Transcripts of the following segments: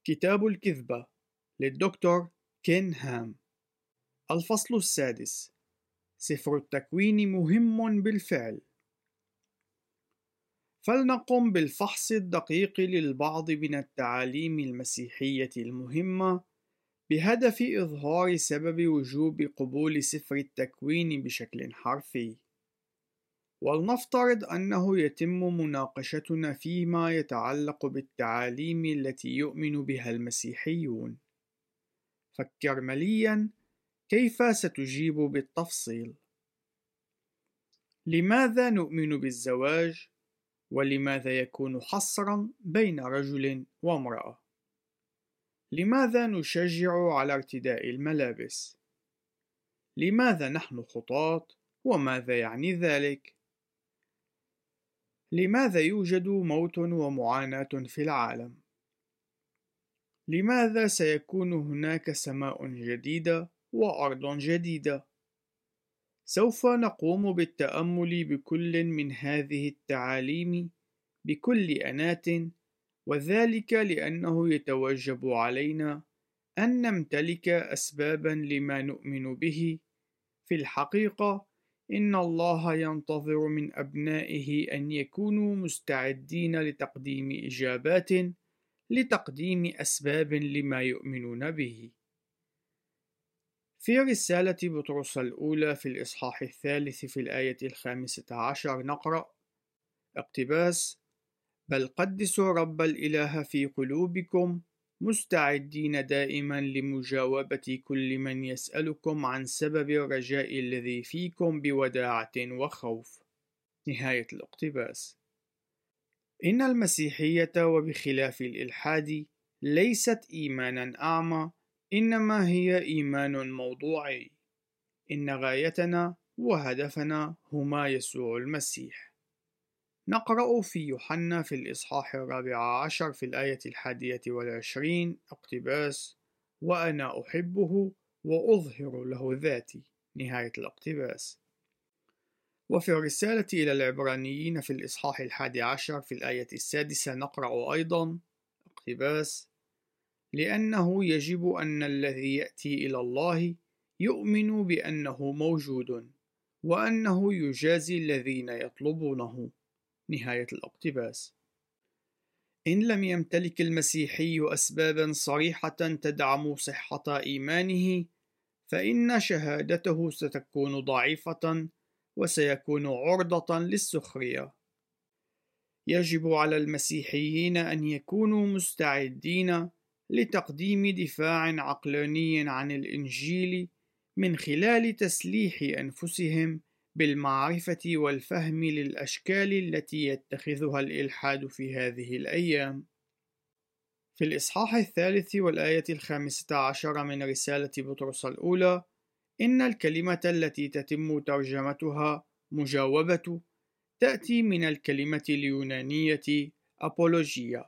كتاب الكذبة للدكتور كين هام. الفصل السادس. سفر التكوين مهم بالفعل. فلنقم بالفحص الدقيق للبعض من التعاليم المسيحية المهمة بهدف إظهار سبب وجوب قبول سفر التكوين بشكل حرفي. ولنفترض أنه يتم مناقشتنا فيما يتعلق بالتعاليم التي يؤمن بها المسيحيون. فكر مليا كيف ستجيب بالتفصيل. لماذا نؤمن بالزواج؟ ولماذا يكون حصرا بين رجل وامرأة؟ لماذا نشجع على ارتداء الملابس؟ لماذا نحن خطاة؟ وماذا يعني ذلك؟ لماذا يوجد موت ومعاناة في العالم؟ لماذا سيكون هناك سماء جديدة وأرض جديدة؟ سوف نقوم بالتأمل بكل من هذه التعاليم بكل أناة، وذلك لأنه يتوجب علينا أن نمتلك أسبابا لما نؤمن به. في الحقيقة إن الله ينتظر من أبنائه أن يكونوا مستعدين لتقديم إجابات لتقديم أسباب لما يؤمنون به. في رسالة بطرس الأولى في الإصحاح 3 في الآية 15 نقرأ: اقتباس: بل قدسوا رب الإله في قلوبكم مستعدين دائما لمجاوبة كل من يسألكم عن سبب الرجاء الذي فيكم بوداعة وخوف. نهاية الاقتباس. إن المسيحية وبخلاف الإلحاد ليست إيمانا أعمى، إنما هي إيمان موضوعي. إن غايتنا وهدفنا هما يسوع المسيح. نقرأ في يوحنا في الإصحاح 14 في الآية 21 اقتباس: وأنا أحبه وأظهر له ذاتي. نهاية الاقتباس. وفي الرسالة إلى العبرانيين في الإصحاح 11 في الآية 6 نقرأ أيضا اقتباس: لأنه يجب أن الذي يأتي إلى الله يؤمن بأنه موجود وأنه يجازي الذين يطلبونه. نهاية الاقتباس. إن لم يمتلك المسيحي أسبابا صريحة تدعم صحة إيمانه، فإن شهادته ستكون ضعيفة وسيكون عرضة للسخرية. يجب على المسيحيين أن يكونوا مستعدين لتقديم دفاع عقلاني عن الإنجيل من خلال تسليح أنفسهم بالمعرفة والفهم للأشكال التي يتخذها الإلحاد في هذه الأيام. في الإصحاح 3 والآية 15 من رسالة بطرس الأولى: إن الكلمة التي تتم ترجمتها مجاوبة تأتي من الكلمة اليونانية أبولوجيا،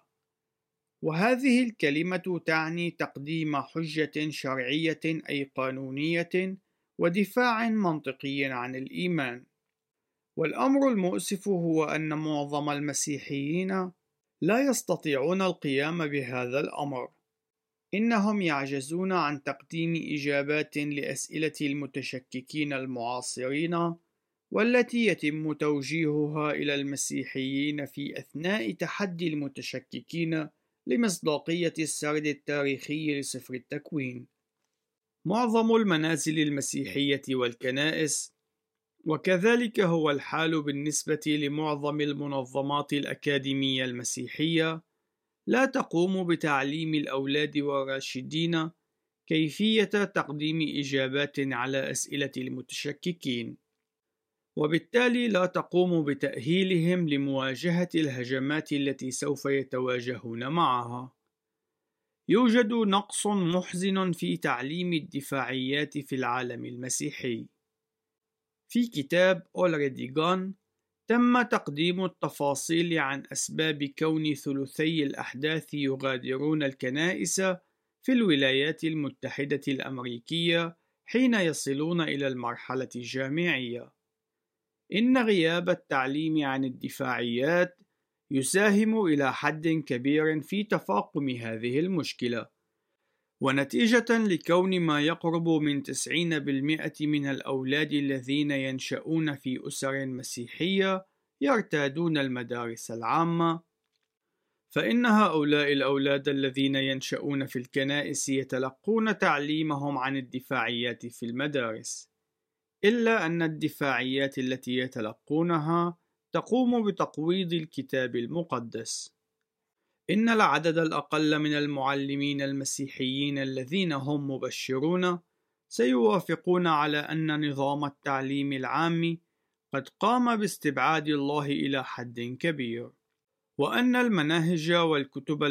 وهذه الكلمة تعني تقديم حجة شرعية أي قانونية ودفاع منطقي عن الإيمان. والأمر المؤسف هو أن معظم المسيحيين لا يستطيعون القيام بهذا الأمر. إنهم يعجزون عن تقديم إجابات لأسئلة المتشككين المعاصرين، والتي يتم توجيهها إلى المسيحيين في أثناء تحدي المتشككين لمصداقية السرد التاريخي لسفر التكوين. معظم المنازل المسيحية والكنائس، وكذلك هو الحال بالنسبة لمعظم المنظمات الأكاديمية المسيحية، لا تقوم بتعليم الأولاد والراشدين كيفية تقديم إجابات على أسئلة المتشككين، وبالتالي لا تقوم بتأهيلهم لمواجهة الهجمات التي سوف يتواجهون معها. يوجد نقص محزن في تعليم الدفاعيات في العالم المسيحي. في كتاب Already Gone تم تقديم التفاصيل عن أسباب كون ثلثي الأحداث يغادرون الكنائس في الولايات المتحدة الأمريكية حين يصلون إلى المرحلة الجامعية. إن غياب التعليم عن الدفاعيات يساهم إلى حد كبير في تفاقم هذه المشكلة. ونتيجة لكون ما يقرب من 90% من الأولاد الذين ينشأون في أسر مسيحية يرتادون المدارس العامة، فإن هؤلاء الأولاد الذين ينشأون في الكنائس يتلقون تعليمهم عن الدفاعيات في المدارس، إلا أن الدفاعيات التي يتلقونها تقوم بتقويض الكتاب المقدس. إن العدد الأقل من المعلمين المسيحيين الذين هم مبشرون سيوافقون على أن نظام التعليم العام قد قام باستبعاد الله إلى حد كبير، وأن المناهج والكتب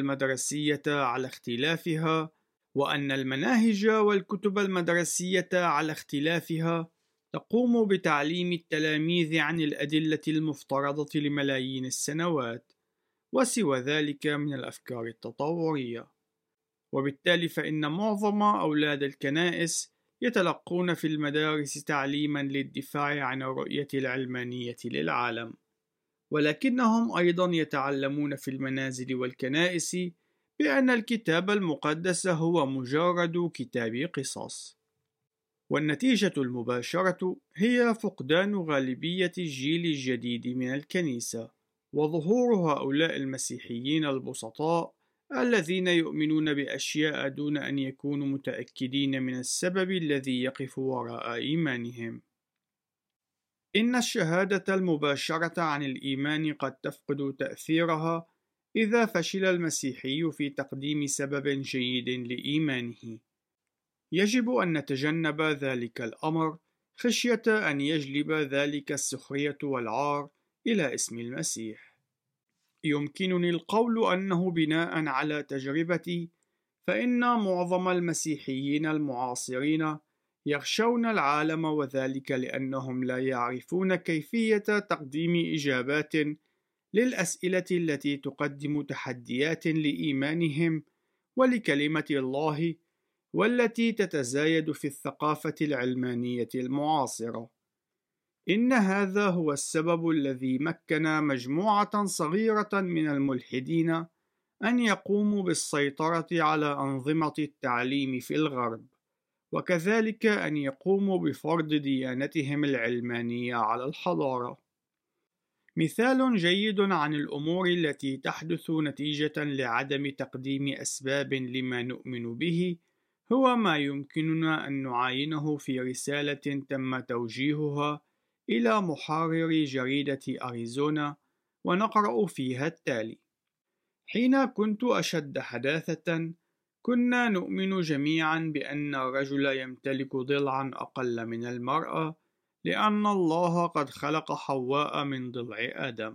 المدرسية على اختلافها تقوم بتعليم التلاميذ عن الأدلة المفترضة لملايين السنوات وسوى ذلك من الأفكار التطورية. وبالتالي فإن معظم أولاد الكنائس يتلقون في المدارس تعليما للدفاع عن الرؤية العلمانية للعالم، ولكنهم أيضا يتعلمون في المنازل والكنائس بأن الكتاب المقدس هو مجرد كتاب قصص. والنتيجة المباشرة هي فقدان غالبية الجيل الجديد من الكنيسة، وظهور هؤلاء المسيحيين البسطاء الذين يؤمنون بأشياء دون أن يكونوا متأكدين من السبب الذي يقف وراء إيمانهم. إن الشهادة المباشرة عن الإيمان قد تفقد تأثيرها إذا فشل المسيحي في تقديم سبب جيد لإيمانه. يجب أن نتجنب ذلك الأمر خشية أن يجلب ذلك السخرية والعار إلى اسم المسيح. يمكنني القول أنه بناء على تجربتي فإن معظم المسيحيين المعاصرين يخشون العالم، وذلك لأنهم لا يعرفون كيفية تقديم إجابات للأسئلة التي تقدم تحديات لإيمانهم ولكلمة الله، والتي تتزايد في الثقافة العلمانية المعاصرة. إن هذا هو السبب الذي مكن مجموعة صغيرة من الملحدين أن يقوموا بالسيطرة على أنظمة التعليم في الغرب، وكذلك أن يقوموا بفرض ديانتهم العلمانية على الحضارة. مثال جيد عن الأمور التي تحدث نتيجة لعدم تقديم أسباب لما نؤمن به هو ما يمكننا أن نعاينه في رسالة تم توجيهها إلى محرر جريدة أريزونا، ونقرأ فيها التالي: حين كنت أشد حداثة، كنا نؤمن جميعا بأن الرجل يمتلك ضلعا أقل من المرأة، لأن الله قد خلق حواء من ضلع آدم.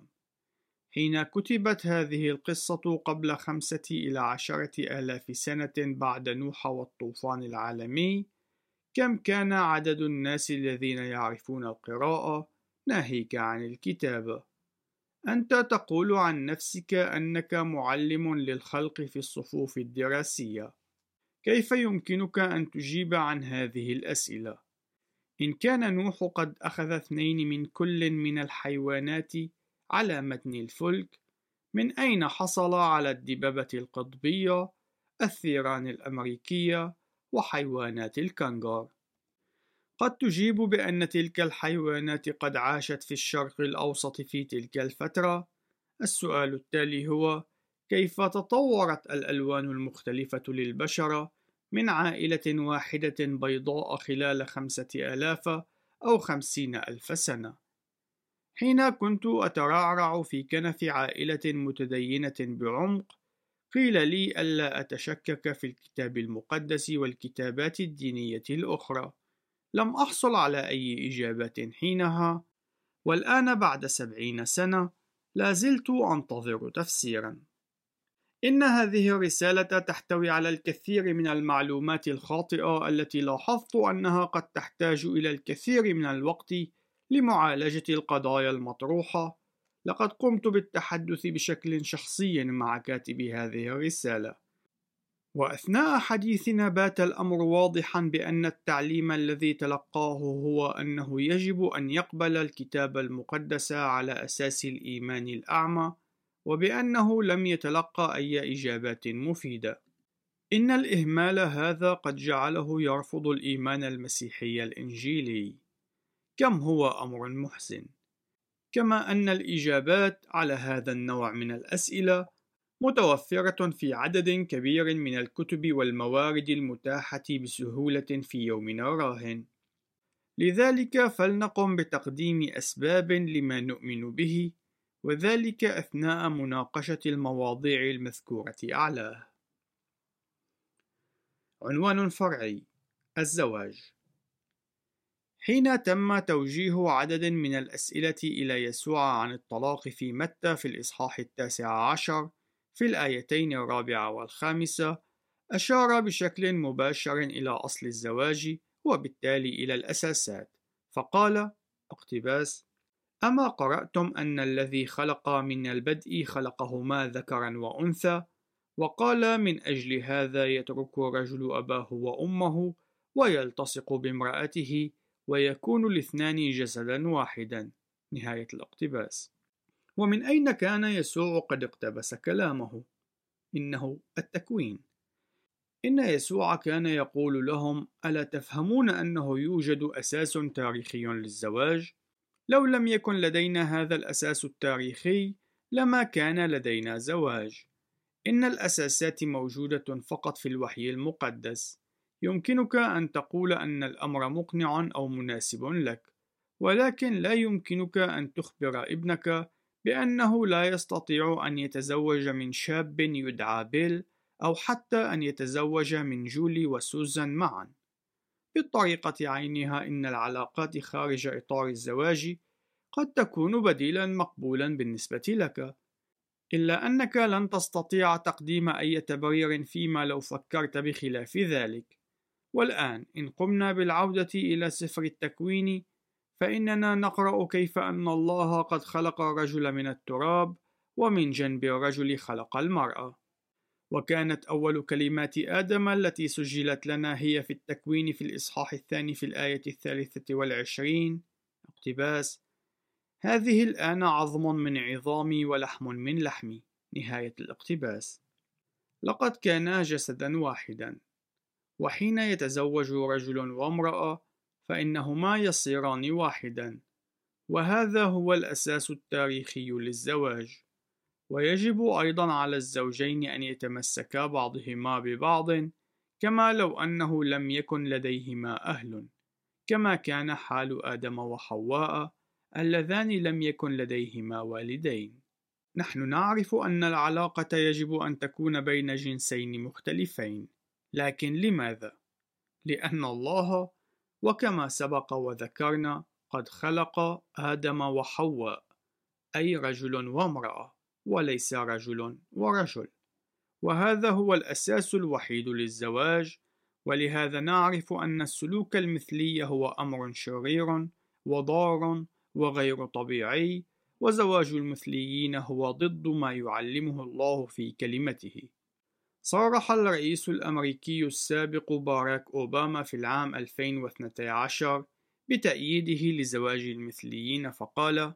حين كتبت هذه القصة قبل 5 إلى 10 آلاف سنة بعد نوح والطوفان العالمي، كم كان عدد الناس الذين يعرفون القراءة ناهيك عن الكتابة؟ أنت تقول عن نفسك أنك معلم للخلق في الصفوف الدراسية. كيف يمكنك أن تجيب عن هذه الأسئلة؟ إن كان نوح قد أخذ 2 من كل من الحيوانات على متن الفلك، من أين حصل على الدببة القطبية، الثيران الأمريكية، وحيوانات الكنغر؟ قد تجيب بأن تلك الحيوانات قد عاشت في الشرق الأوسط في تلك الفترة. السؤال التالي هو: كيف تطورت الألوان المختلفة للبشرة من عائلة واحدة بيضاء خلال 5000 أو 50,000 سنة؟ حين كنت أترعرع في كنف عائلة متدينة بعمق، قيل لي ألا أتشكك في الكتاب المقدس والكتابات الدينية الأخرى. لم أحصل على أي إجابات حينها، والآن بعد 70 سنة لا زلت أنتظر تفسيرا. إن هذه الرسالة تحتوي على الكثير من المعلومات الخاطئة التي لاحظت أنها قد تحتاج إلى الكثير من الوقت لمعالجة القضايا المطروحة. لقد قمت بالتحدث بشكل شخصي مع كاتب هذه الرسالة، وأثناء حديثنا بات الأمر واضحا بأن التعليم الذي تلقاه هو أنه يجب أن يقبل الكتاب المقدس على أساس الإيمان الأعمى، وبأنه لم يتلقى أي إجابات مفيدة. إن الإهمال هذا قد جعله يرفض الإيمان المسيحي الإنجيلي. كم هو أمر محزن! كما أن الإجابات على هذا النوع من الأسئلة متوفرة في عدد كبير من الكتب والموارد المتاحة بسهولة في يومنا الراهن. لذلك فلنقم بتقديم أسباب لما نؤمن به، وذلك أثناء مناقشة المواضيع المذكورة أعلاه. عنوان فرعي: الزواج. حين تم توجيه عدد من الأسئلة إلى يسوع عن الطلاق في متى في الإصحاح 19 في الآيتين 4 و5، أشار بشكل مباشر إلى أصل الزواج وبالتالي إلى الأساسات، فقال: اقتباس: أما قرأتم أن الذي خلق من البدء خلقهما ذكرا وأنثى، وقال من أجل هذا يترك الرجل أباه وأمه ويلتصق بامرأته ويكون الاثنان جسدا واحدا. نهاية الاقتباس. ومن أين كان يسوع قد اقتبس كلامه؟ إنه التكوين. إن يسوع كان يقول لهم: ألا تفهمون أنه يوجد أساس تاريخي للزواج؟ لو لم يكن لدينا هذا الأساس التاريخي لما كان لدينا زواج. إن الأساسات موجودة فقط في الوحي المقدس. يمكنك أن تقول أن الأمر مقنع أو مناسب لك، ولكن لا يمكنك أن تخبر ابنك بأنه لا يستطيع أن يتزوج من شاب يدعى بيل، أو حتى أن يتزوج من جولي وسوزان معا. بالطريقة عينها إن العلاقات خارج إطار الزواج قد تكون بديلا مقبولا بالنسبة لك، إلا أنك لن تستطيع تقديم أي تبرير فيما لو فكرت بخلاف ذلك. والآن إن قمنا بالعودة إلى سفر التكوين، فإننا نقرأ كيف أن الله قد خلق الرجل من التراب، ومن جنب الرجل خلق المرأة. وكانت أول كلمات آدم التي سجلت لنا هي في التكوين في الإصحاح 2 في الآية 23. اقتباس: هذه الآن عظم من عظامي ولحم من لحمي. نهاية الاقتباس. لقد كانا جسدا واحدا، وحين يتزوج رجل وامرأة فإنهما يصيران واحدا، وهذا هو الأساس التاريخي للزواج. ويجب أيضا على الزوجين أن يتمسكا بعضهما ببعض كما لو أنه لم يكن لديهما أهل، كما كان حال آدم وحواء اللذان لم يكن لديهما والدين. نحن نعرف أن العلاقة يجب أن تكون بين جنسين مختلفين، لكن لماذا؟ لأن الله، وكما سبق وذكرنا، قد خلق آدم وحواء، أي رجل وامرأة، وليس رجل ورجل، وهذا هو الأساس الوحيد للزواج. ولهذا نعرف أن السلوك المثلي هو أمر شرير وضار وغير طبيعي، وزواج المثليين هو ضد ما يعلمه الله في كلمته. صرح الرئيس الأمريكي السابق باراك أوباما في العام 2012 بتأييده لزواج المثليين، فقال: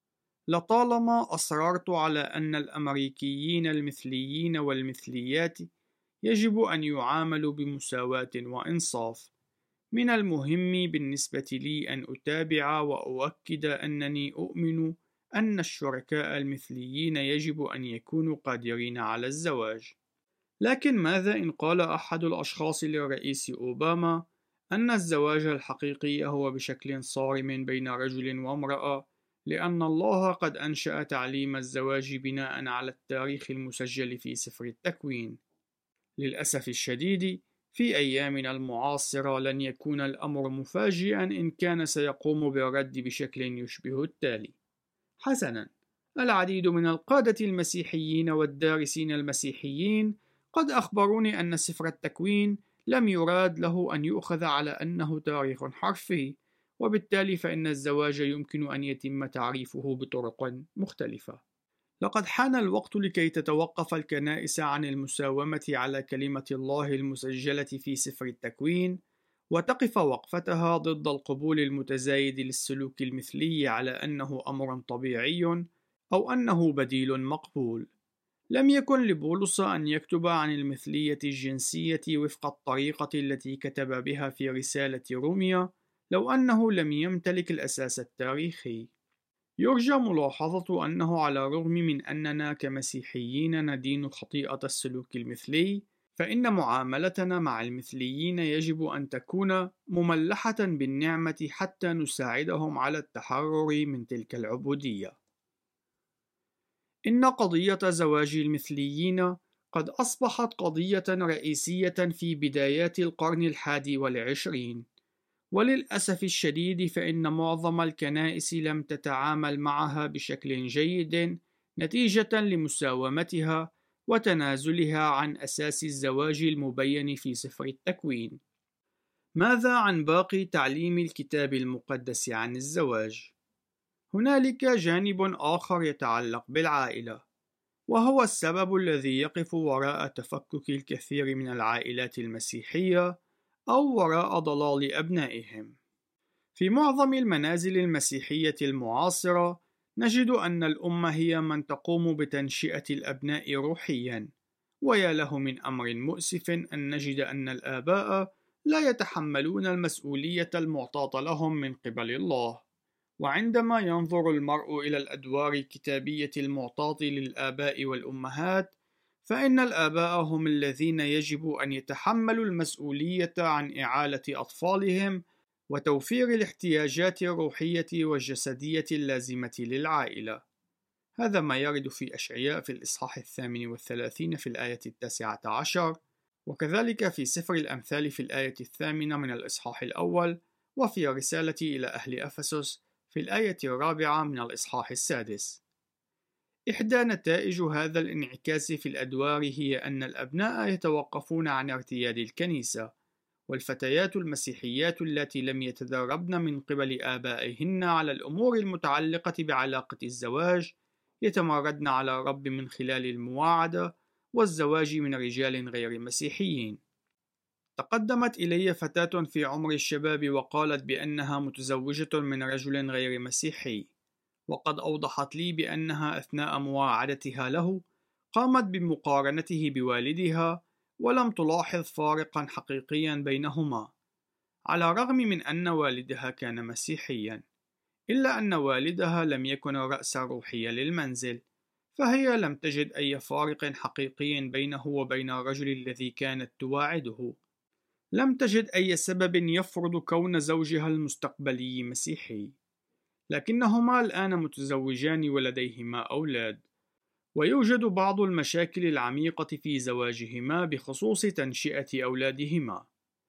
لطالما أصررت على أن الأمريكيين المثليين والمثليات يجب أن يعاملوا بمساواة وإنصاف. من المهم بالنسبة لي أن أتابع وأؤكد أنني أؤمن أن الشركاء المثليين يجب أن يكونوا قادرين على الزواج. لكن ماذا إن قال أحد الأشخاص للرئيس أوباما أن الزواج الحقيقي هو بشكل صارم بين رجل وامرأة، لأن الله قد أنشأ تعليم الزواج بناء على التاريخ المسجل في سفر التكوين؟ للأسف الشديد، في أيامنا المعاصرة لن يكون الأمر مفاجئا إن كان سيقوم بالرد بشكل يشبه التالي: حسنا، العديد من القادة المسيحيين والدارسين المسيحيين قد أخبروني أن سفر التكوين لم يراد له أن يؤخذ على أنه تاريخ حرفي، وبالتالي فإن الزواج يمكن أن يتم تعريفه بطرق مختلفة. لقد حان الوقت لكي تتوقف الكنائس عن المساومة على كلمة الله المسجلة في سفر التكوين، وتقف وقفتها ضد القبول المتزايد للسلوك المثلي على أنه أمر طبيعي أو أنه بديل مقبول. لم يكن لبولس أن يكتب عن المثلية الجنسية وفق الطريقة التي كتب بها في رسالة روميا لو أنه لم يمتلك الأساس التاريخي. يرجى ملاحظة أنه على الرغم من أننا كمسيحيين ندين خطيئة السلوك المثلي، فإن معاملتنا مع المثليين يجب أن تكون مملحة بالنعمة حتى نساعدهم على التحرر من تلك العبودية. إن قضية زواج المثليين قد أصبحت قضية رئيسية في بدايات القرن 21، وللأسف الشديد فإن معظم الكنائس لم تتعامل معها بشكل جيد نتيجة لمساومتها وتنازلها عن أساس الزواج المبين في سفر التكوين. ماذا عن باقي تعليم الكتاب المقدس عن الزواج؟ هنالك جانب آخر يتعلق بالعائلة، وهو السبب الذي يقف وراء تفكك الكثير من العائلات المسيحية أو وراء ضلال أبنائهم. في معظم المنازل المسيحية المعاصرة نجد أن الأم هي من تقوم بتنشئة الأبناء روحياً، ويا له من أمر مؤسف أن نجد أن الآباء لا يتحملون المسؤولية المعطاة لهم من قبل الله. وعندما ينظر المرء إلى الأدوار الكتابية المعطاة للآباء والأمهات، فإن الآباء هم الذين يجب أن يتحملوا المسؤولية عن إعالة أطفالهم وتوفير الاحتياجات الروحية والجسدية اللازمة للعائلة. هذا ما يرد في أشعياء في الإصحاح 38 في الآية 19، وكذلك في سفر الأمثال في الآية 8 من الإصحاح الأول، وفي رسالة إلى أهل أفسس في الآية 4 من الإصحاح 6. إحدى نتائج هذا الانعكاس في الأدوار هي أن الأبناء يتوقفون عن ارتياد الكنيسة، والفتيات المسيحيات التي لم يتدربن من قبل آبائهن على الأمور المتعلقة بعلاقة الزواج يتمردن على الرب من خلال المواعدة والزواج من رجال غير مسيحيين. تقدمت إلي فتاة في عمر الشباب وقالت بأنها متزوجة من رجل غير مسيحي، وقد أوضحت لي بأنها أثناء مواعدتها له قامت بمقارنته بوالدها ولم تلاحظ فارقا حقيقيا بينهما، على الرغم من أن والدها كان مسيحيا، إلا أن والدها لم يكن الرأس الروحي للمنزل، فهي لم تجد أي فارق حقيقي بينه وبين الرجل الذي كانت تواعده. لم تجد أي سبب يفرض كون زوجها المستقبلي مسيحي، لكنهما الآن متزوجان ولديهما أولاد، ويوجد بعض المشاكل العميقة في زواجهما بخصوص تنشئة أولادهما.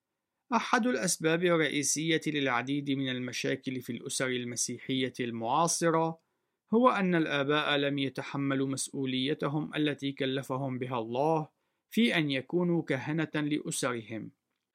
أحد الأسباب الرئيسية للعديد من المشاكل في الأسر المسيحية المعاصرة هو أن الآباء لم يتحملوا مسؤوليتهم التي كلفهم بها الله في أن يكونوا كهنة لأسرهم،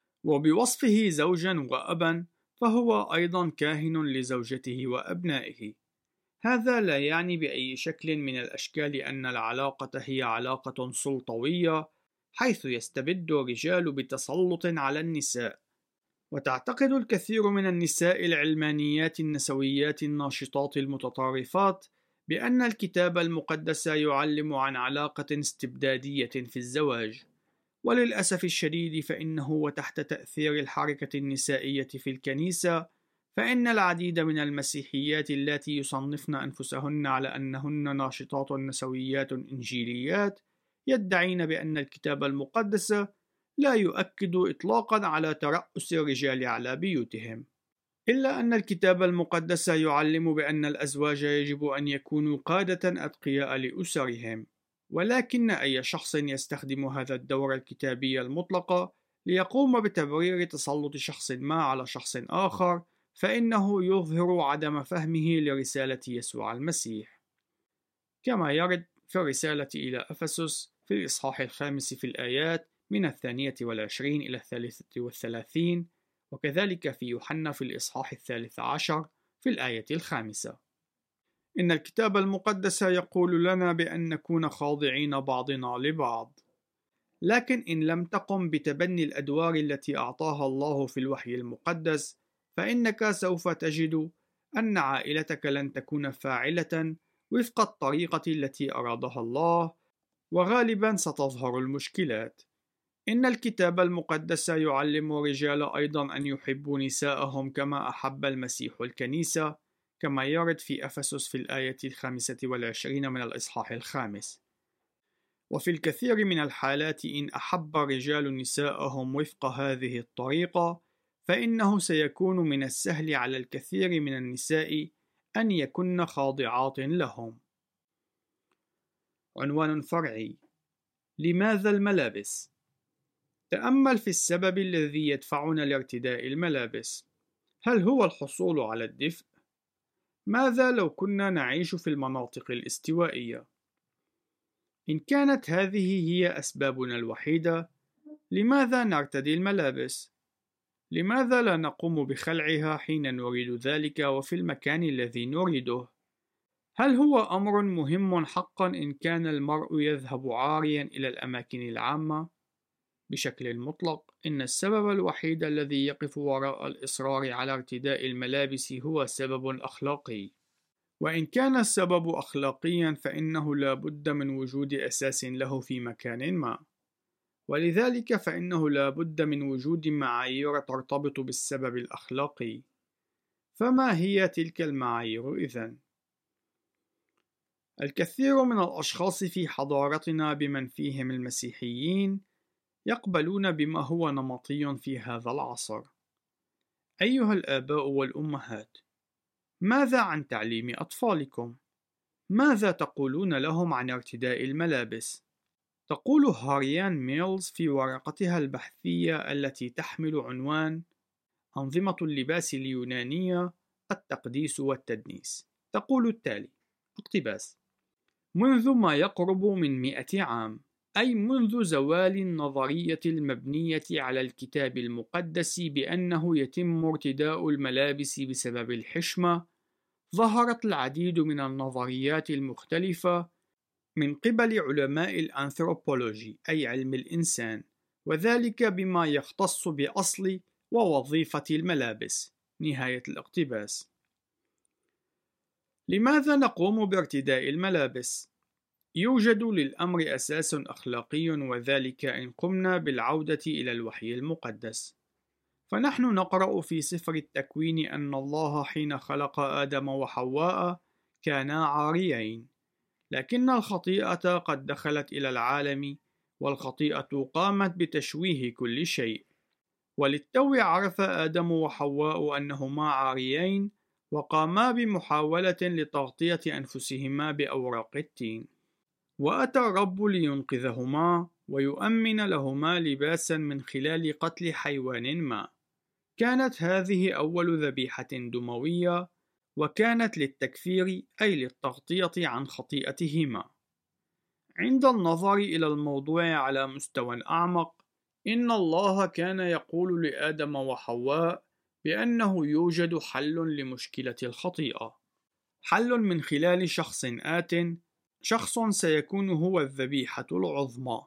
وبوصفه زوجا وأبا فهو أيضا كاهن لزوجته وأبنائه. هذا لا يعني بأي شكل من الأشكال أن العلاقة هي علاقة سلطوية حيث يستبد الرجال بتسلط على النساء. وتعتقد الكثير من النساء العلمانيات النسويات الناشطات المتطرفات بأن الكتاب المقدس يعلم عن علاقة استبدادية في الزواج، وللأسف الشديد فإنه وتحت تأثير الحركة النسائية في الكنيسة فإن العديد من المسيحيات اللاتي يصنفن أنفسهن على أنهن ناشطات نسويات إنجيليات يدعين بأن الكتاب المقدس لا يؤكد إطلاقا على ترأس الرجال على بيوتهم، إلا أن الكتاب المقدس يعلم بأن الأزواج يجب أن يكونوا قادة أتقياء لأسرهم، ولكن أي شخص يستخدم هذا الدور الكتابي المطلق ليقوم بتبرير تسلط شخص ما على شخص آخر فإنه يظهر عدم فهمه لرسالة يسوع المسيح، كما يرد في الرسالة إلى أفسس في الإصحاح 5 في الآيات من 22 إلى 33، وكذلك في يوحنا في الإصحاح 13 في الآية 5. إن الكتاب المقدس يقول لنا بأن نكون خاضعين بعضنا لبعض، لكن إن لم تقم بتبني الأدوار التي أعطاها الله في الوحي المقدس فإنك سوف تجد أن عائلتك لن تكون فاعلة وفق الطريقة التي أرادها الله، وغالبا ستظهر المشكلات. إن الكتاب المقدس يعلم الرجال أيضا أن يحبوا نساءهم كما أحب المسيح الكنيسة، كما يرد في أفسس في الآية 25 من الإصحاح 5. وفي الكثير من الحالات إن أحب الرجال نساءهم وفق هذه الطريقة، فإنه سيكون من السهل على الكثير من النساء أن يكن خاضعات لهم. عنوان فرعي: لماذا الملابس؟ تأمل في السبب الذي يدفعنا لارتداء الملابس. هل هو الحصول على الدفء؟ ماذا لو كنا نعيش في المناطق الاستوائية؟ إن كانت هذه هي أسبابنا الوحيدة، لماذا نرتدي الملابس؟ لماذا لا نقوم بخلعها حين نريد ذلك وفي المكان الذي نريده؟ هل هو أمر مهم حقا إن كان المرء يذهب عاريا إلى الأماكن العامة؟ بشكل مطلق، إن السبب الوحيد الذي يقف وراء الإصرار على ارتداء الملابس هو سبب أخلاقي. وإن كان السبب أخلاقيا، فإنه لا بد من وجود أساس له في مكان ما، ولذلك فإنه لا بد من وجود معايير ترتبط بالسبب الأخلاقي. فما هي تلك المعايير إذن؟ الكثير من الأشخاص في حضارتنا بمن فيهم المسيحيين يقبلون بما هو نمطي في هذا العصر. أيها الآباء والأمهات، ماذا عن تعليم أطفالكم؟ ماذا تقولون لهم عن ارتداء الملابس؟ تقول هاريان ميلز في ورقتها البحثية التي تحمل عنوان أنظمة اللباس اليونانية: التقديس والتدنيس، تقول التالي: اقتباس: منذ ما يقرب من 100 عام، أي منذ زوال النظرية المبنية على الكتاب المقدس بأنه يتم ارتداء الملابس بسبب الحشمة، ظهرت العديد من النظريات المختلفة من قبل علماء الأنثروبولوجي أي علم الإنسان، وذلك بما يختص بأصل ووظيفة الملابس. نهاية الاقتباس. لماذا نقوم بارتداء الملابس؟ يوجد للأمر أساس أخلاقي، وذلك إن قمنا بالعودة إلى الوحي المقدس. فنحن نقرأ في سفر التكوين أن الله حين خلق آدم وحواء كانا عاريين، لكن الخطيئة قد دخلت إلى العالم، والخطيئة قامت بتشويه كل شيء. وللتو عرف آدم وحواء أنهما عاريين، وقاما بمحاولة لتغطية أنفسهما بأوراق التين. وأتى الرب لينقذهما ويؤمن لهما لباسا من خلال قتل حيوان ما. كانت هذه أول ذبيحة دموية، وكانت للتكفير أي للتغطية عن خطيئتهما. عند النظر إلى الموضوع على مستوى أعمق، إن الله كان يقول لآدم وحواء بأنه يوجد حل لمشكلة الخطيئة، حل من خلال شخص آت، شخص سيكون هو الذبيحة العظمى.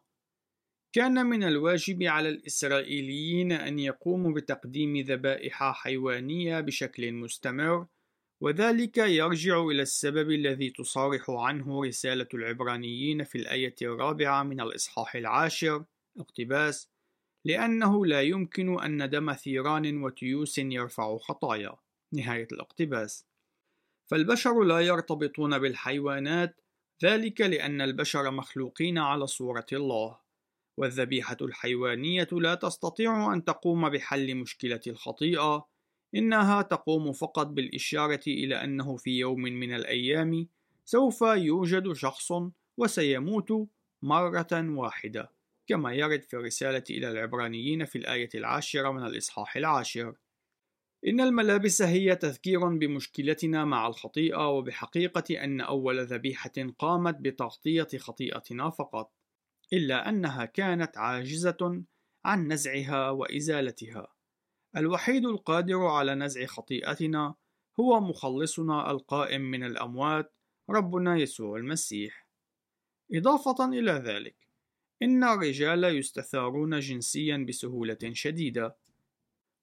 كان من الواجب على الإسرائيليين أن يقوموا بتقديم ذبائح حيوانية بشكل مستمر، وذلك يرجع إلى السبب الذي تصارح عنه رسالة العبرانيين في الآية 4 من الإصحاح 10: اقتباس: لأنه لا يمكن أن دم ثيران وتيوس يرفع خطايا. نهاية الاقتباس. فالبشر لا يرتبطون بالحيوانات، ذلك لأن البشر مخلوقين على صورة الله، والذبيحة الحيوانية لا تستطيع أن تقوم بحل مشكلة الخطيئة، إنها تقوم فقط بالإشارة إلى أنه في يوم من الأيام سوف يوجد شخص وسيموت مرة واحدة، كما يرد في الرسالة إلى العبرانيين في الآية 10 من الإصحاح 10. إن الملابس هي تذكير بمشكلتنا مع الخطيئة، وبحقيقة أن أول ذبيحة قامت بتغطية خطيئتنا فقط، إلا أنها كانت عاجزة عن نزعها وإزالتها. الوحيد القادر على نزع خطيئتنا هو مخلصنا القائم من الأموات، ربنا يسوع المسيح. إضافة إلى ذلك، إن الرجال يستثارون جنسيا بسهولة شديدة،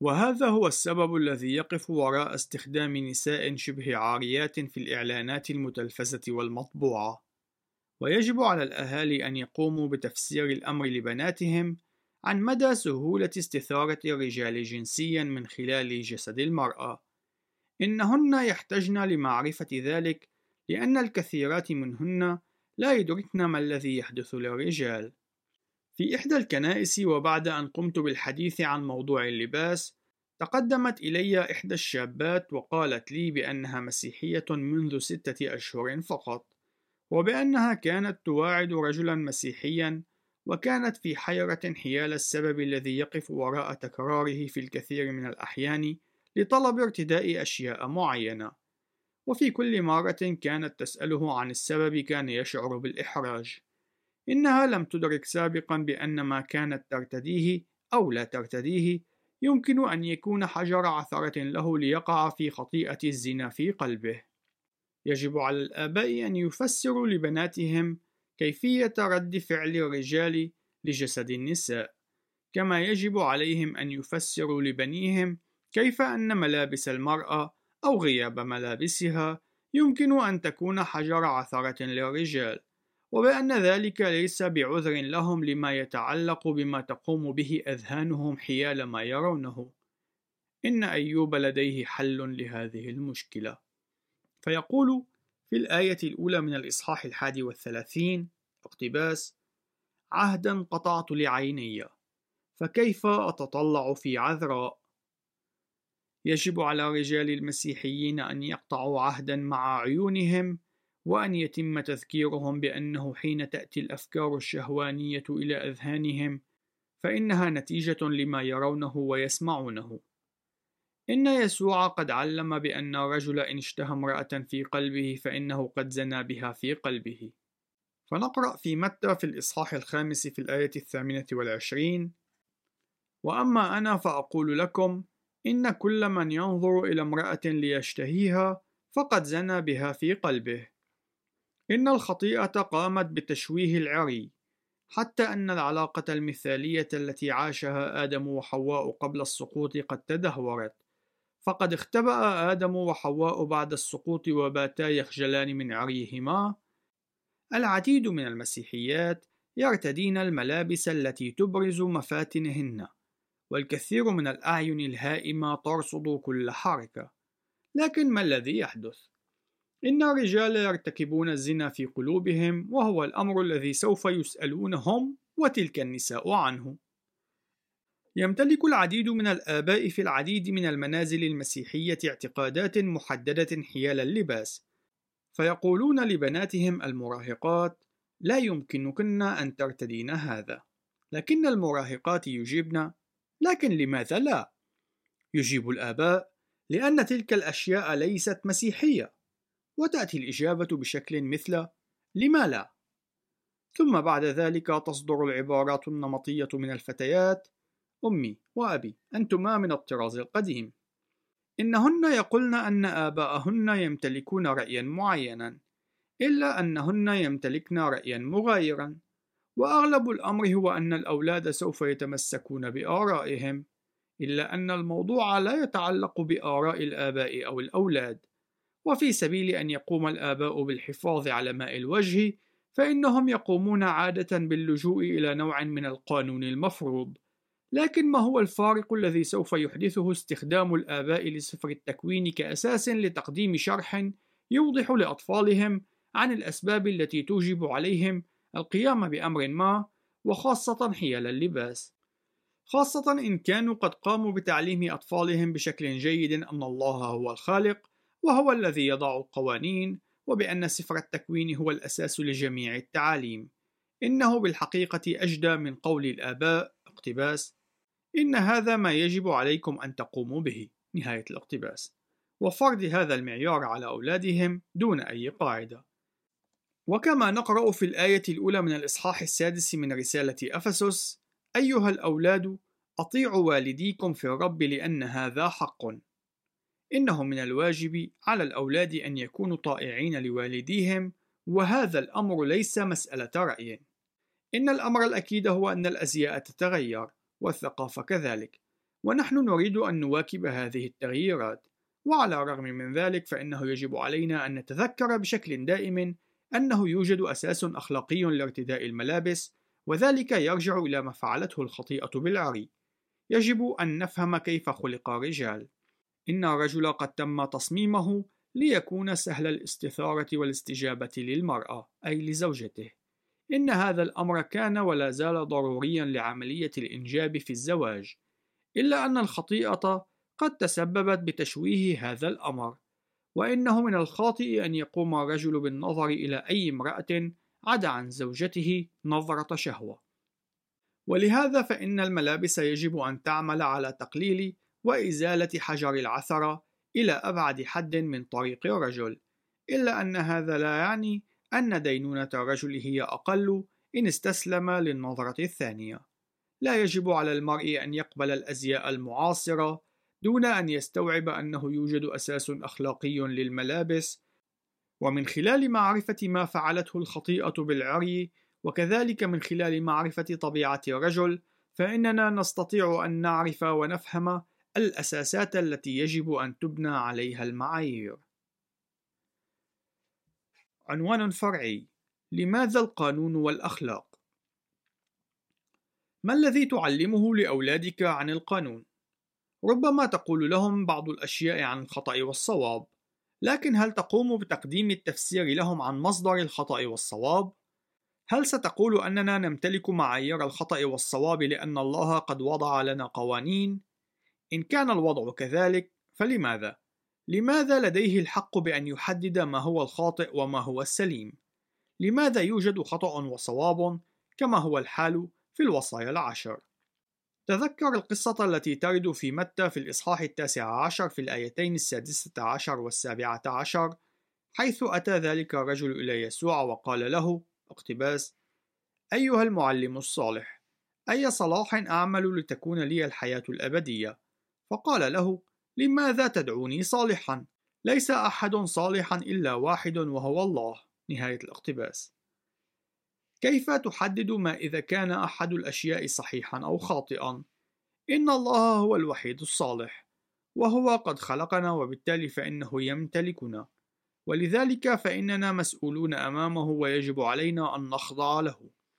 وهذا هو السبب الذي يقف وراء استخدام نساء شبه عاريات في الإعلانات المتلفزة والمطبوعة. ويجب على الأهالي أن يقوموا بتفسير الأمر لبناتهم عن مدى سهولة استثارة الرجال جنسيا من خلال جسد المرأة. إنهن يحتجن لمعرفة ذلك لأن الكثيرات منهن لا يدركن ما الذي يحدث للرجال. في إحدى الكنائس وبعد أن قمت بالحديث عن موضوع اللباس، تقدمت إلي إحدى الشابات وقالت لي بأنها مسيحية منذ 6 أشهر فقط، وبأنها كانت تواعد رجلا مسيحيا، وكانت في حيرة حيال السبب الذي يقف وراء تكراره في الكثير من الأحيان لطلب ارتداء أشياء معينة. وفي كل مرة كانت تسأله عن السبب كان يشعر بالإحراج. إنها لم تدرك سابقا بأن ما كانت ترتديه أو لا ترتديه يمكن أن يكون حجر عثرة له ليقع في خطيئة الزنا في قلبه. يجب على الآباء أن يفسروا لبناتهم كيفية رد فعل الرجال لجسد النساء، كما يجب عليهم أن يفسروا لبنيهم كيف أن ملابس المرأة أو غياب ملابسها يمكن أن تكون حجر عثرة للرجال، وبأن ذلك ليس بعذر لهم لما يتعلق بما تقوم به أذهانهم حيال ما يرونه. إن أيوب لديه حل لهذه المشكلة، فيقول في الآية الأولى من الإصحاح 31 اقتباس: عهدا قطعت لعيني، فكيف أتطلع في عذراء؟ يجب على الرجال المسيحيين أن يقطعوا عهدا مع عيونهم، وأن يتم تذكيرهم بأنه حين تأتي الأفكار الشهوانية إلى أذهانهم فإنها نتيجة لما يرونه ويسمعونه. إن يسوع قد علم بأن الرجل إن اشتهى امرأة في قلبه فإنه قد زنى بها في قلبه. فنقرأ في متى في الإصحاح 5 في الآية 28: وأما أنا فأقول لكم إن كل من ينظر إلى امرأة ليشتهيها فقد زنى بها في قلبه. إن الخطيئة قامت بتشويه العري، حتى أن العلاقة المثالية التي عاشها آدم وحواء قبل السقوط قد تدهورت، فقد اختبأ آدم وحواء بعد السقوط وباتا يخجلان من عريهما. العديد من المسيحيات يرتدين الملابس التي تبرز مفاتنهن، والكثير من الأعين الهائمة ترصد كل حركة. لكن ما الذي يحدث؟ إن الرجال يرتكبون الزنا في قلوبهم، وهو الأمر الذي سوف يسألون هم وتلك النساء عنه. يمتلك العديد من الآباء في العديد من المنازل المسيحية اعتقادات محددة حيال اللباس، فيقولون لبناتهم المراهقات: لا يمكنكن أن ترتدين هذا. لكن المراهقات يجيبن: لكن لماذا لا؟ يجيب الآباء: لأن تلك الأشياء ليست مسيحية. وتأتي الإجابة بشكل مثل: لما لا؟ ثم بعد ذلك تصدر العبارات النمطية من الفتيات: أمي وأبي أنتما من الطراز القديم. إنهن يقولن أن آباءهن يمتلكون رأيا معينا، إلا أنهن يمتلكن رأيا مغايرا، وأغلب الأمر هو أن الأولاد سوف يتمسكون بآرائهم، إلا أن الموضوع لا يتعلق بآراء الآباء أو الأولاد. وفي سبيل أن يقوم الآباء بالحفاظ على ماء الوجه، فإنهم يقومون عادة باللجوء إلى نوع من القانون المفروض. لكن ما هو الفارق الذي سوف يحدثه استخدام الآباء لسفر التكوين كأساس لتقديم شرح يوضح لأطفالهم عن الأسباب التي توجب عليهم القيام بأمر ما، وخاصة حيال اللباس، خاصة إن كانوا قد قاموا بتعليم أطفالهم بشكل جيد أن الله هو الخالق وهو الذي يضع القوانين، وبأن سفر التكوين هو الأساس لجميع التعاليم. إنه بالحقيقة أجدى من قول الآباء اقتباس: إن هذا ما يجب عليكم أن تقوموا به، نهاية الاقتباس، وفرض هذا المعيار على أولادهم دون أي قاعدة. وكما نقرأ في الآية الأولى من الإصحاح 6 من رسالة أفسس: أيها الأولاد أطيعوا والديكم في الرب لأن هذا حق. إنه من الواجب على الأولاد أن يكونوا طائعين لوالديهم، وهذا الأمر ليس مسألة رأي. إن الأمر الأكيد هو أن الأزياء تتغير، والثقافة كذلك، ونحن نريد أن نواكب هذه التغييرات. وعلى الرغم من ذلك فإنه يجب علينا أن نتذكر بشكل دائم أنه يوجد أساس أخلاقي لارتداء الملابس، وذلك يرجع إلى ما فعلته الخطيئة بالعري. يجب أن نفهم كيف خلق الرجال. إن الرجل قد تم تصميمه ليكون سهل الاستثارة والاستجابة للمرأة، أي لزوجته. إن هذا الأمر كان ولا زال ضروريا لعملية الإنجاب في الزواج، إلا أن الخطيئة قد تسببت بتشويه هذا الأمر، وإنه من الخاطئ أن يقوم الرجل بالنظر إلى أي امرأة عدا عن زوجته نظرة شهوة. ولهذا فإن الملابس يجب أن تعمل على تقليل وإزالة حجر العثرة إلى أبعد حد من طريق الرجل، إلا أن هذا لا يعني أن دينونة الرجل هي أقل إن استسلم للنظرة الثانية. لا يجب على المرء أن يقبل الأزياء المعاصرة دون أن يستوعب أنه يوجد أساس أخلاقي للملابس، ومن خلال معرفة ما فعلته الخطيئة بالعري، وكذلك من خلال معرفة طبيعة الرجل، فإننا نستطيع أن نعرف ونفهم الأساسات التي يجب أن تبنى عليها المعايير. عنوان فرعي: لماذا القانون والأخلاق؟ ما الذي تعلمه لأولادك عن القانون؟ ربما تقول لهم بعض الأشياء عن الخطأ والصواب، لكن هل تقوم بتقديم التفسير لهم عن مصدر الخطأ والصواب؟ هل ستقول أننا نمتلك معايير الخطأ والصواب لأن الله قد وضع لنا قوانين؟ إن كان الوضع كذلك، فلماذا؟ لماذا لديه الحق بأن يحدد ما هو الخاطئ وما هو السليم؟ لماذا يوجد خطأ وصواب كما هو الحال في الوصايا ال10؟ تذكر القصة التي ترد في متى في الإصحاح 19 في الآيتين 16 و17، حيث أتى ذلك الرجل إلى يسوع وقال له: اقتباس: أيها المعلم الصالح، أي صلاح أعمل لتكون لي الحياة الأبدية؟ فقال له: لماذا تدعوني صالحا؟ ليس أحد صالحا إلا واحد وهو الله. نهاية الاقتباس. كيف تحدد ما إذا كان أحد الأشياء صحيحا أو خاطئا؟ إن الله هو الوحيد الصالح، وهو قد خلقنا، وبالتالي فإنه يمتلكنا، ولذلك فإننا مسؤولون أمامه ويجب علينا أن نخضع له.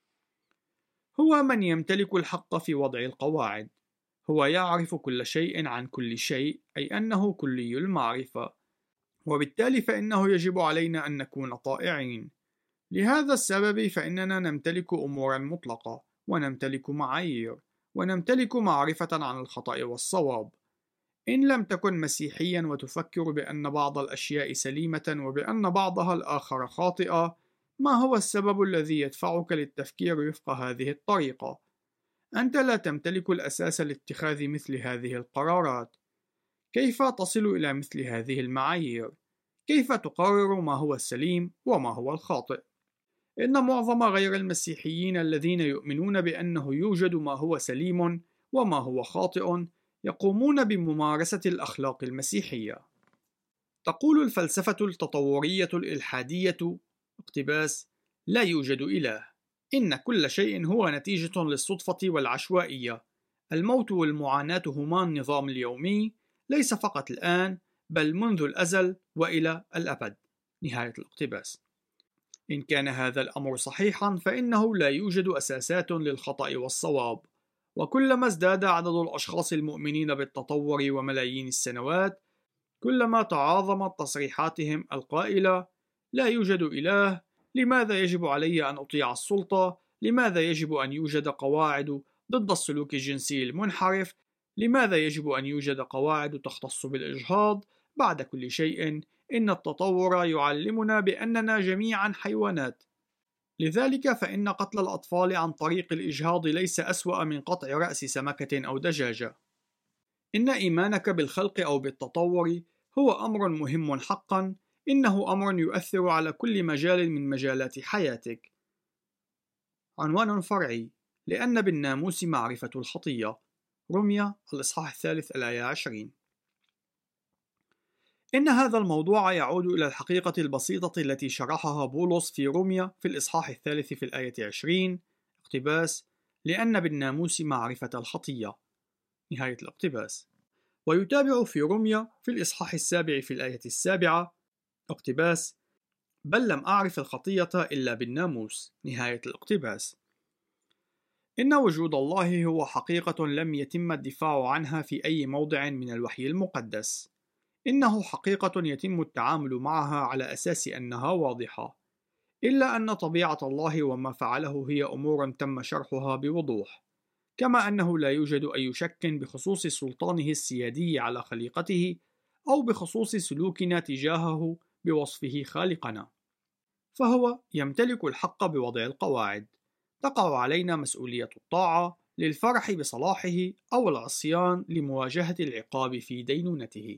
هو من يمتلك الحق في وضع القواعد، هو يعرف كل شيء عن كل شيء، أي أنه كلي المعرفة، وبالتالي فإنه يجب علينا أن نكون طائعين. لهذا السبب فإننا نمتلك أمورا مطلقة، ونمتلك معايير، ونمتلك معرفة عن الخطأ والصواب. إن لم تكن مسيحيا وتفكر بأن بعض الأشياء سليمة وبأن بعضها الآخر خاطئة، ما هو السبب الذي يدفعك للتفكير وفق هذه الطريقة؟ أنت لا تمتلك الأساس لاتخاذ مثل هذه القرارات. كيف تصل إلى مثل هذه المعايير؟ كيف تقرر ما هو السليم وما هو الخاطئ؟ إن معظم غير المسيحيين الذين يؤمنون بأنه يوجد ما هو سليم وما هو خاطئ يقومون بممارسة الأخلاق المسيحية. تقول الفلسفة التطورية الإلحادية: اقتباس: لا يوجد إله، إن كل شيء هو نتيجة للصدفة والعشوائية. الموت والمعاناة هما النظام اليومي، ليس فقط الآن بل منذ الأزل وإلى الأبد. نهاية الاقتباس. إن كان هذا الأمر صحيحا فإنه لا يوجد أساسات للخطأ والصواب، وكلما ازداد عدد الأشخاص المؤمنين بالتطور وملايين السنوات، كلما تعاظمت تصريحاتهم القائلة: لا يوجد إله، لماذا يجب علي أن أطيع السلطة؟ لماذا يجب أن يوجد قواعد ضد السلوك الجنسي المنحرف؟ لماذا يجب أن يوجد قواعد تختص بالإجهاض؟ بعد كل شيء، إن التطور يعلمنا بأننا جميعا حيوانات، لذلك فإن قتل الأطفال عن طريق الإجهاض ليس أسوأ من قطع رأس سمكة أو دجاجة. إن إيمانك بالخلق أو بالتطور هو أمر مهم حقا، إنه أمر يؤثر على كل مجال من مجالات حياتك. عنوان فرعي: لأن بالناموس معرفة الخطية. رمية الإصحاح 3 الآية 20. إن هذا الموضوع يعود إلى الحقيقة البسيطة التي شرحها بولس في رومية في الإصحاح 3 في الآية 20، اقتباس: لأن بالناموس معرفة الخطية. نهاية الاقتباس. ويتابع في رمية في الإصحاح 7 في الآية 7 اقتباس: بل لم أعرف الخطية إلا بالناموس. نهاية الاقتباس. إن وجود الله هو حقيقة لم يتم الدفاع عنها في أي موضع من الوحي المقدس. إنه حقيقة يتم التعامل معها على أساس أنها واضحة، إلا أن طبيعة الله وما فعله هي أمور تم شرحها بوضوح، كما أنه لا يوجد أي شك بخصوص سلطانه السيادي على خليقته أو بخصوص سلوكنا تجاهه بوصفه خالقنا. فهو يمتلك الحق بوضع القواعد. تقع علينا مسؤولية الطاعة للفرح بصلاحه أو العصيان لمواجهة العقاب في دينونته.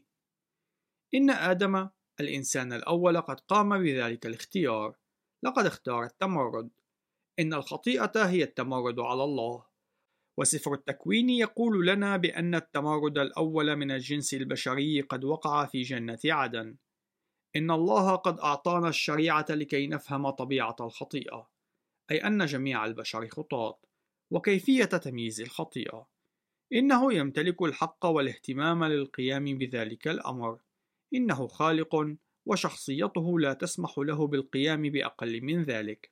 إن آدم الإنسان الأول قد قام بذلك الاختيار. لقد اختار التمرد. إن الخطيئة هي التمرد على الله. وسفر التكوين يقول لنا بأن التمرد الأول من الجنس البشري قد وقع في جنة عدن. إن الله قد أعطانا الشريعة لكي نفهم طبيعة الخطيئة، أي أن جميع البشر خطاة، وكيفية تمييز الخطيئة. إنه يمتلك الحق والاهتمام للقيام بذلك الأمر. إنه خالق، وشخصيته لا تسمح له بالقيام بأقل من ذلك.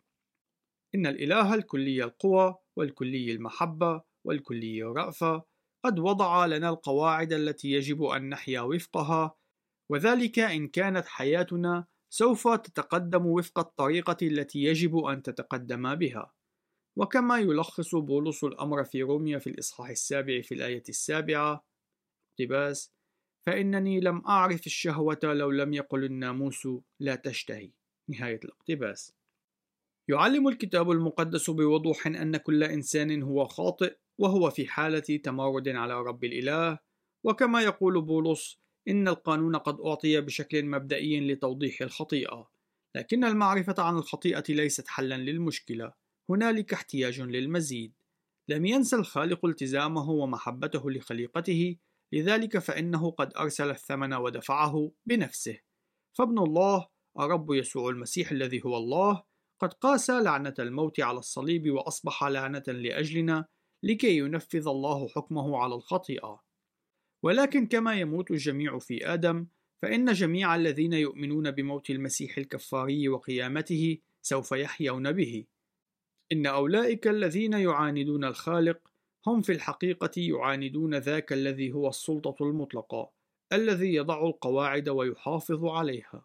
إن الإله الكلي القوى والكلي المحبة والكلي الرأفة قد وضع لنا القواعد التي يجب أن نحيا وفقها، وذلك إن كانت حياتنا سوف تتقدم وفق الطريقة التي يجب أن تتقدم بها. وكما يلخص بولس الأمر في روميا في الإصحاح 7 في الآية 7 اقتباس: فإنني لم أعرف الشهوة لو لم يقل الناموس لا تشتهي. نهاية الاقتباس. يعلم الكتاب المقدس بوضوح أن كل إنسان هو خاطئ وهو في حالة تمرد على رب الإله. وكما يقول بولس: إن القانون قد أعطي بشكل مبدئي لتوضيح الخطيئة، لكن المعرفة عن الخطيئة ليست حلا للمشكلة. هنالك احتياج للمزيد. لم ينسى الخالق التزامه ومحبته لخليقته، لذلك فإنه قد أرسل الثمن ودفعه بنفسه. فابن الله الرب يسوع المسيح الذي هو الله قد قاس لعنة الموت على الصليب وأصبح لعنة لأجلنا لكي ينفذ الله حكمه على الخطيئة. ولكن كما يموت الجميع في آدم، فإن جميع الذين يؤمنون بموت المسيح الكفاري وقيامته سوف يحيون به. إن أولئك الذين يعاندون الخالق هم في الحقيقة يعاندون ذاك الذي هو السلطة المطلقة، الذي يضع القواعد ويحافظ عليها.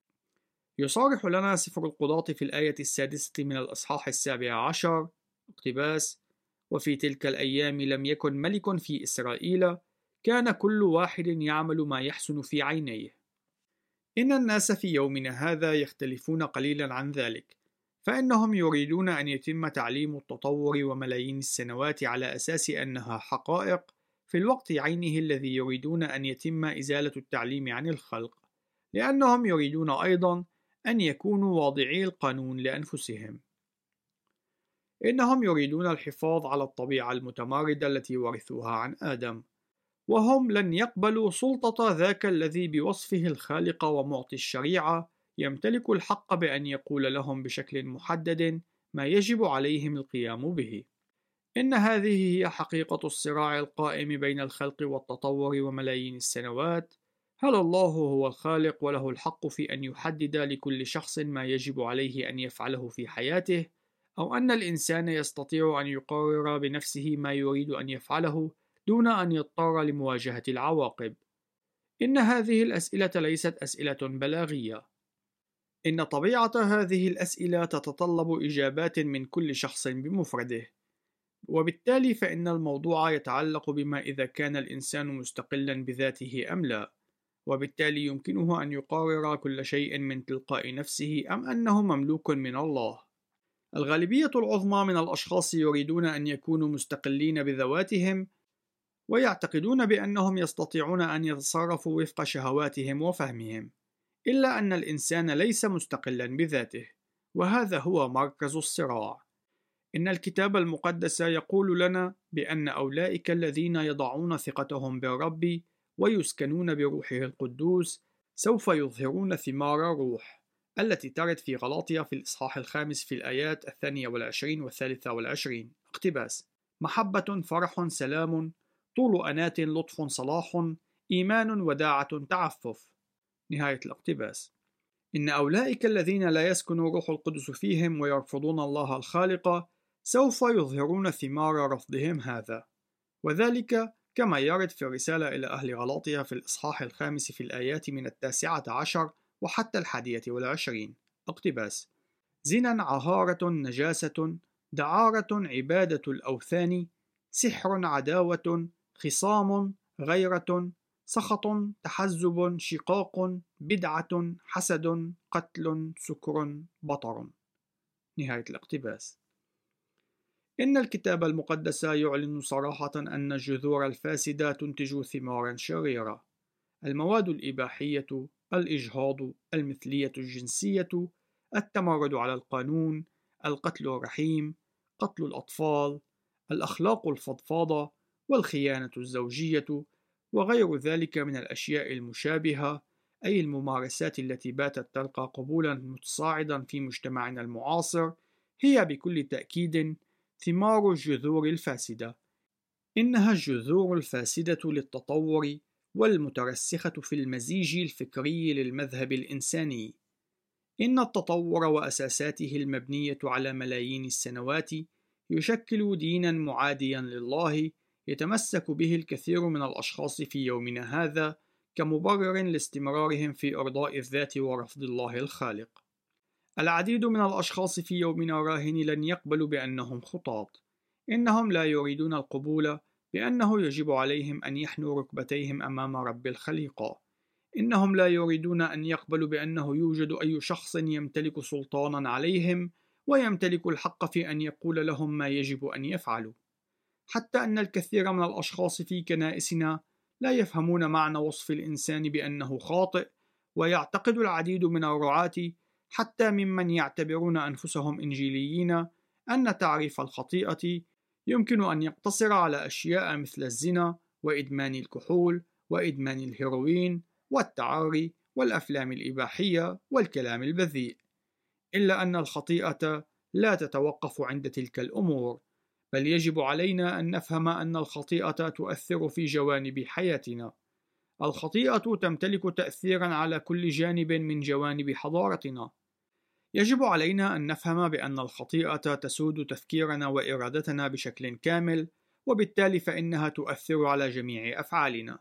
يصارح لنا سفر القضاة في الآية 6 من الإصحاح 17 اقتباس: وفي تلك الأيام لم يكن ملك في إسرائيل، كان كل واحد يعمل ما يحسن في عينيه. إن الناس في يومنا هذا يختلفون قليلا عن ذلك، فإنهم يريدون أن يتم تعليم التطور وملايين السنوات على أساس أنها حقائق، في الوقت عينه الذي يريدون أن يتم إزالة التعليم عن الخلق، لأنهم يريدون أيضا أن يكونوا واضعي القانون لأنفسهم. إنهم يريدون الحفاظ على الطبيعة المتمردة التي ورثوها عن آدم، وهم لن يقبلوا سلطة ذاك الذي بوصفه الخالق ومعطي الشريعة يمتلك الحق بأن يقول لهم بشكل محدد ما يجب عليهم القيام به. إن هذه هي حقيقة الصراع القائم بين الخلق والتطور وملايين السنوات. هل الله هو الخالق وله الحق في أن يحدد لكل شخص ما يجب عليه أن يفعله في حياته، أو أن الإنسان يستطيع أن يقرر بنفسه ما يريد أن يفعله دون أن يضطر لمواجهة العواقب؟ إن هذه الأسئلة ليست أسئلة بلاغية. إن طبيعة هذه الأسئلة تتطلب إجابات من كل شخص بمفرده، وبالتالي فإن الموضوع يتعلق بما إذا كان الإنسان مستقلا بذاته أم لا، وبالتالي يمكنه أن يقرر كل شيء من تلقاء نفسه أم أنه مملوك من الله. الغالبية العظمى من الأشخاص يريدون أن يكونوا مستقلين بذواتهم، ويعتقدون بأنهم يستطيعون أن يتصرفوا وفق شهواتهم وفهمهم، إلا أن الإنسان ليس مستقلا بذاته، وهذا هو مركز الصراع. إن الكتاب المقدس يقول لنا بأن أولئك الذين يضعون ثقتهم بالرب ويسكنون بروحه القدوس سوف يظهرون ثمار الروح التي ترد في غلاطيا في الإصحاح 5 في الآيات 22 و23 اقتباس: محبة، فرح، سلام، طول أناة لطف صلاح إيمان وداعة تعفف. نهاية الاقتباس. إن أولئك الذين لا يسكن روح القدس فيهم ويرفضون الله الخالق سوف يظهرون ثمار رفضهم هذا، وذلك كما يرد في الرسالة إلى أهل غلاطيا في الإصحاح 5 في الآيات من 19 وحتى 21. اقتباس: زنا، عهارة، نجاسة، دعارة، عبادة الأوثان، سحر، عداوة، خصام، غيرة، سخط، تحزب، شقاق، بدعة، حسد، قتل، سكر، بطر. نهاية الاقتباس. إن الكتاب المقدس يعلن صراحة أن الجذور الفاسدة تنتج ثمارا شريرة: المواد الإباحية، الإجهاض، المثلية الجنسية، التمرد على القانون، القتل الرحيم، قتل الأطفال، الأخلاق الفضفاضة، والخيانة الزوجية، وغير ذلك من الأشياء المشابهة، أي الممارسات التي باتت تلقى قبولا متصاعدا في مجتمعنا المعاصر، هي بكل تأكيد ثمار الجذور الفاسدة. إنها الجذور الفاسدة للتطور والمترسخة في المزيج الفكري للمذهب الإنساني. إن التطور وأساساته المبنية على ملايين السنوات يشكل دينا معاديا لله يتمسك به الكثير من الأشخاص في يومنا هذا كمبرر لاستمرارهم في إرضاء الذات ورفض الله الخالق. العديد من الأشخاص في يومنا الراهن لن يقبلوا بأنهم خطاة. إنهم لا يريدون القبول بأنه يجب عليهم أن يحنوا ركبتيهم أمام رب الخليقة. إنهم لا يريدون أن يقبلوا بأنه يوجد أي شخص يمتلك سلطانا عليهم ويمتلك الحق في أن يقول لهم ما يجب أن يفعلوا. حتى أن الكثير من الأشخاص في كنائسنا لا يفهمون معنى وصف الإنسان بأنه خاطئ، ويعتقد العديد من الرعاة حتى ممن يعتبرون أنفسهم إنجيليين أن تعريف الخطيئة يمكن أن يقتصر على أشياء مثل الزنا وإدمان الكحول وإدمان الهيروين والتعاري والأفلام الإباحية والكلام البذيء. إلا أن الخطيئة لا تتوقف عند تلك الأمور، بل يجب علينا أن نفهم أن الخطيئة تؤثر في جوانب حياتنا. الخطيئة تمتلك تأثيرا على كل جانب من جوانب حضارتنا. يجب علينا أن نفهم بأن الخطيئة تسود تفكيرنا وإرادتنا بشكل كامل، وبالتالي فإنها تؤثر على جميع أفعالنا.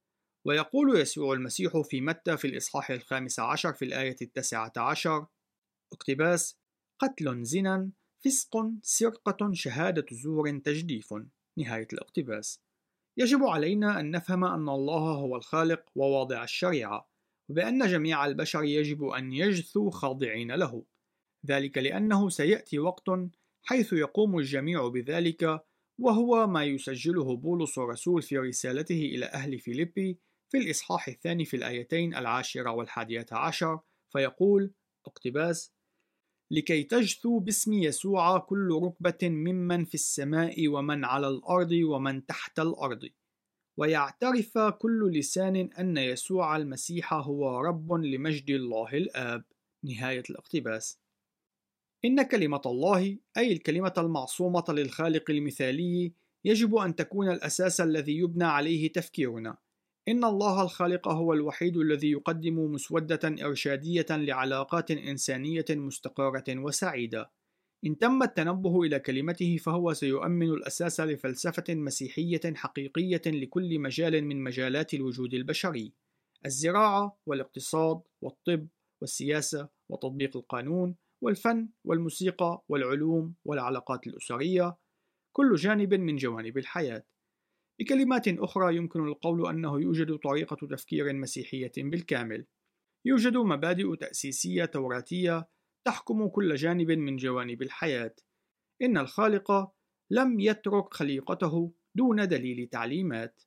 ويقول يسوع المسيح في متى في الإصحاح 15 في الآية 19: اقتباس: قتل، زنا، فسق، سرقة، شهادة زور، تجديف. نهاية الاقتباس. يجب علينا أن نفهم أن الله هو الخالق وواضع الشريعة، وبأن جميع البشر يجب أن يجثوا خاضعين له. ذلك لأنه سيأتي وقت حيث يقوم الجميع بذلك، وهو ما يسجله بولس الرسول في رسالته إلى أهل فيليبي في الإصحاح 2 في الآيتين 10 و11، فيقول: اقتباس: لكي تجثو باسم يسوع كل ركبة ممن في السماء ومن على الأرض ومن تحت الأرض، ويعترف كل لسان أن يسوع المسيح هو رب لمجد الله الآب. نهاية الاقتباس. إن كلمة الله، أي الكلمة المعصومة للخالق المثالي، يجب أن تكون الأساس الذي يبنى عليه تفكيرنا. إن الله الخالق هو الوحيد الذي يقدم مسودة إرشادية لعلاقات إنسانية مستقرة وسعيدة. إن تم التنبه إلى كلمته فهو سيؤمن الأساس لفلسفة مسيحية حقيقية لكل مجال من مجالات الوجود البشري: الزراعة والاقتصاد والطب والسياسة وتطبيق القانون والفن والموسيقى والعلوم والعلاقات الأسرية، كل جانب من جوانب الحياة. بكلمات أخرى، يمكن القول أنه يوجد طريقة تفكير مسيحية بالكامل. يوجد مبادئ تأسيسية توراتية تحكم كل جانب من جوانب الحياة. إن الخالق لم يترك خليقته دون دليل تعليمات.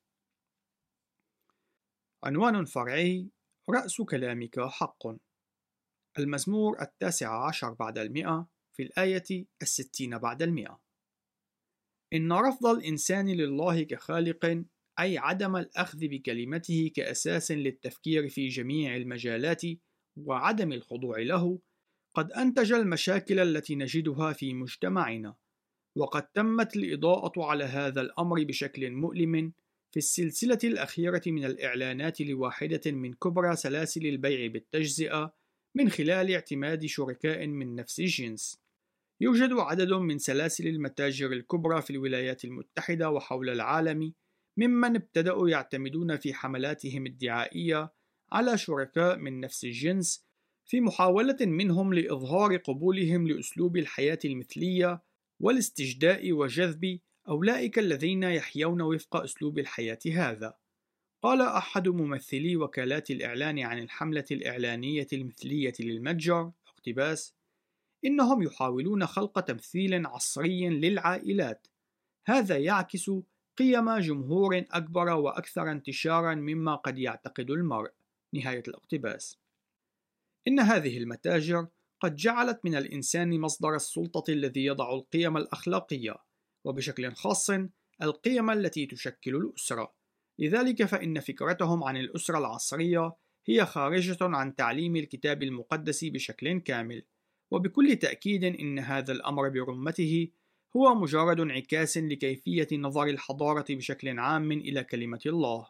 عنوان فرعي: رأس كلامك حق. المزمور 19 بعد 100 في الآية 60 بعد 100. إن رفض الإنسان لله كخالق، أي عدم الأخذ بكلمته كأساس للتفكير في جميع المجالات وعدم الخضوع له، قد أنتج المشاكل التي نجدها في مجتمعنا. وقد تمت الإضاءة على هذا الأمر بشكل مؤلم في السلسلة الأخيرة من الإعلانات لواحدة من كبرى سلاسل البيع بالتجزئة من خلال اعتماد شركاء من نفس الجنس. يوجد عدد من سلاسل المتاجر الكبرى في الولايات المتحدة وحول العالم ممن ابتدأوا يعتمدون في حملاتهم الدعائية على شركاء من نفس الجنس في محاولة منهم لإظهار قبولهم لأسلوب الحياة المثلية والاستجداء وجذب أولئك الذين يحيون وفق أسلوب الحياة هذا. قال أحد ممثلي وكالات الإعلان عن الحملة الإعلانية المثلية للمتجر اقتباس: إنهم يحاولون خلق تمثيل عصري للعائلات، هذا يعكس قيم جمهور أكبر وأكثر انتشارا مما قد يعتقد المرء. نهاية الاقتباس. إن هذه المتاجر قد جعلت من الإنسان مصدر السلطة الذي يضع القيم الأخلاقية، وبشكل خاص القيم التي تشكل الأسرة. لذلك فإن فكرتهم عن الأسرة العصرية هي خارجة عن تعليم الكتاب المقدس بشكل كامل، وبكل تأكيد إن هذا الأمر برمته هو مجرد انعكاس لكيفية نظر الحضارة بشكل عام إلى كلمة الله.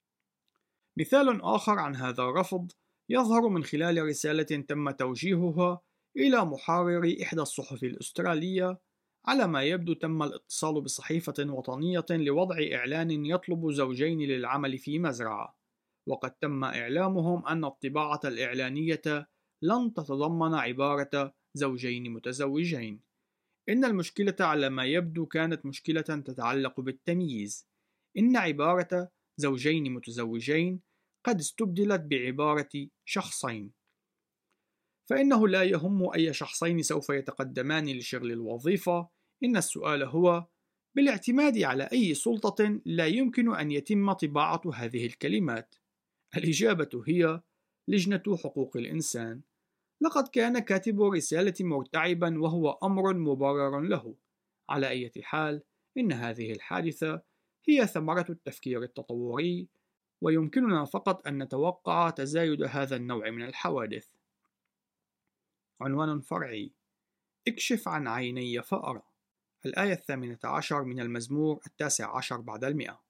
مثال آخر عن هذا الرفض يظهر من خلال رسالة تم توجيهها إلى محرر إحدى الصحف الأسترالية. على ما يبدو تم الاتصال بصحيفة وطنية لوضع إعلان يطلب زوجين للعمل في مزرعة، وقد تم إعلامهم أن الطباعة الإعلانية لن تتضمن عبارة زوجين متزوجين. إن المشكلة على ما يبدو كانت مشكلة تتعلق بالتمييز. إن عبارة زوجين متزوجين قد استبدلت بعبارة شخصين، فإنه لا يهم أي شخصين سوف يتقدمان لشغل الوظيفة. إن السؤال هو: بالاعتماد على أي سلطة لا يمكن أن يتم طباعة هذه الكلمات؟ الإجابة هي لجنة حقوق الإنسان. لقد كان كاتب الرسالة مرتعبا وهو أمر مبرر له. على أي حال، إن هذه الحادثة هي ثمرة التفكير التطوري، ويمكننا فقط أن نتوقع تزايد هذا النوع من الحوادث. عنوان فرعي: اكشف عن عيني فأرى. الآية 18 من المزمور 19 بعد 100.